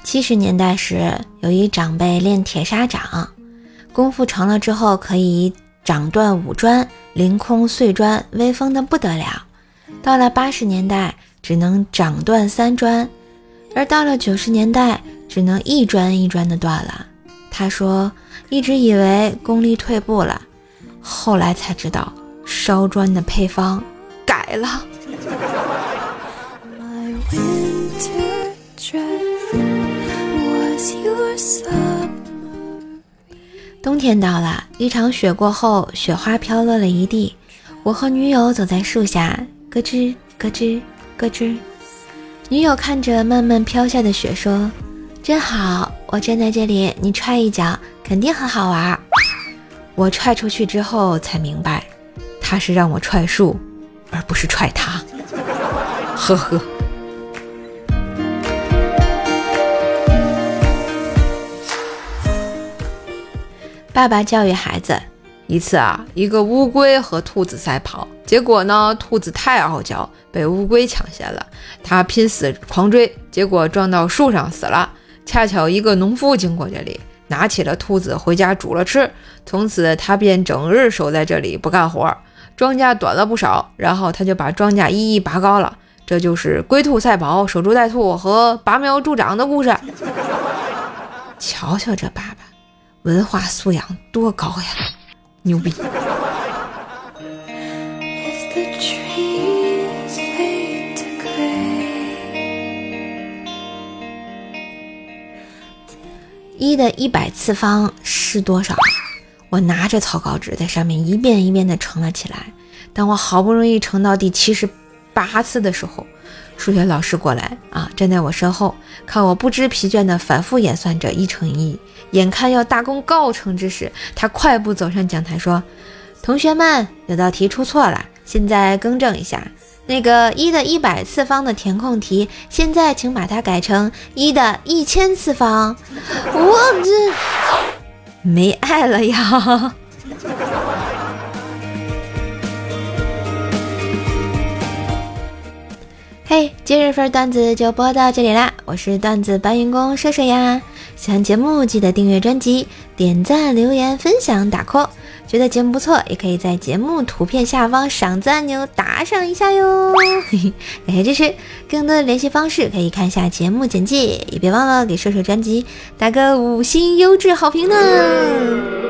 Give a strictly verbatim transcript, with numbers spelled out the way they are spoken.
七十年代时，有一长辈练铁砂掌，功夫成了之后可以掌断五砖，凌空碎砖，威风的不得了。到了八十年代，只能掌断三砖，而到了九十年代，只能一砖一砖的断了。他说，一直以为功力退步了，后来才知道烧砖的配方改了。冬天到了，一场雪过后，雪花飘落了一地。我和女友走在树下，咯吱咯吱咯吱。女友看着慢慢飘下的雪说，真好，我站在这里，你踹一脚，肯定很好玩。我踹出去之后才明白，他是让我踹树，而不是踹他。呵呵。爸爸教育孩子，一次啊，一个乌龟和兔子赛跑，结果呢，兔子太傲娇，被乌龟抢先了，他拼死狂追，结果撞到树上死了。恰巧一个农夫经过这里，拿起了兔子回家煮了吃，从此他便整日守在这里不干活，庄稼短了不少，然后他就把庄稼一一拔高了。这就是龟兔赛跑、守株待兔和拔苗助长的故事。瞧瞧这爸爸文化素养多高呀，牛逼。一的一百次方是多少？我拿着草稿纸在上面一遍一遍地乘了起来。当我好不容易乘到第七十八次的时候，数学老师过来啊，站在我身后，看我不知疲倦地反复演算着一乘一，眼看要大功告成之时，他快步走上讲台说，同学们，有道题出错了，现在更正一下，那个一的一百次方的填空题，现在请把它改成一的一千次方。我这没爱了呀。嘿，今日份段子就播到这里啦，我是段子搬运工射射呀。喜欢节目记得订阅专辑，点赞留言分享打 call， 觉得节目不错也可以在节目图片下方赏赞按钮打赏一下哟。感谢支持，更多的联系方式可以看下节目简介，也别忘了给射射专辑打个五星优质好评呢。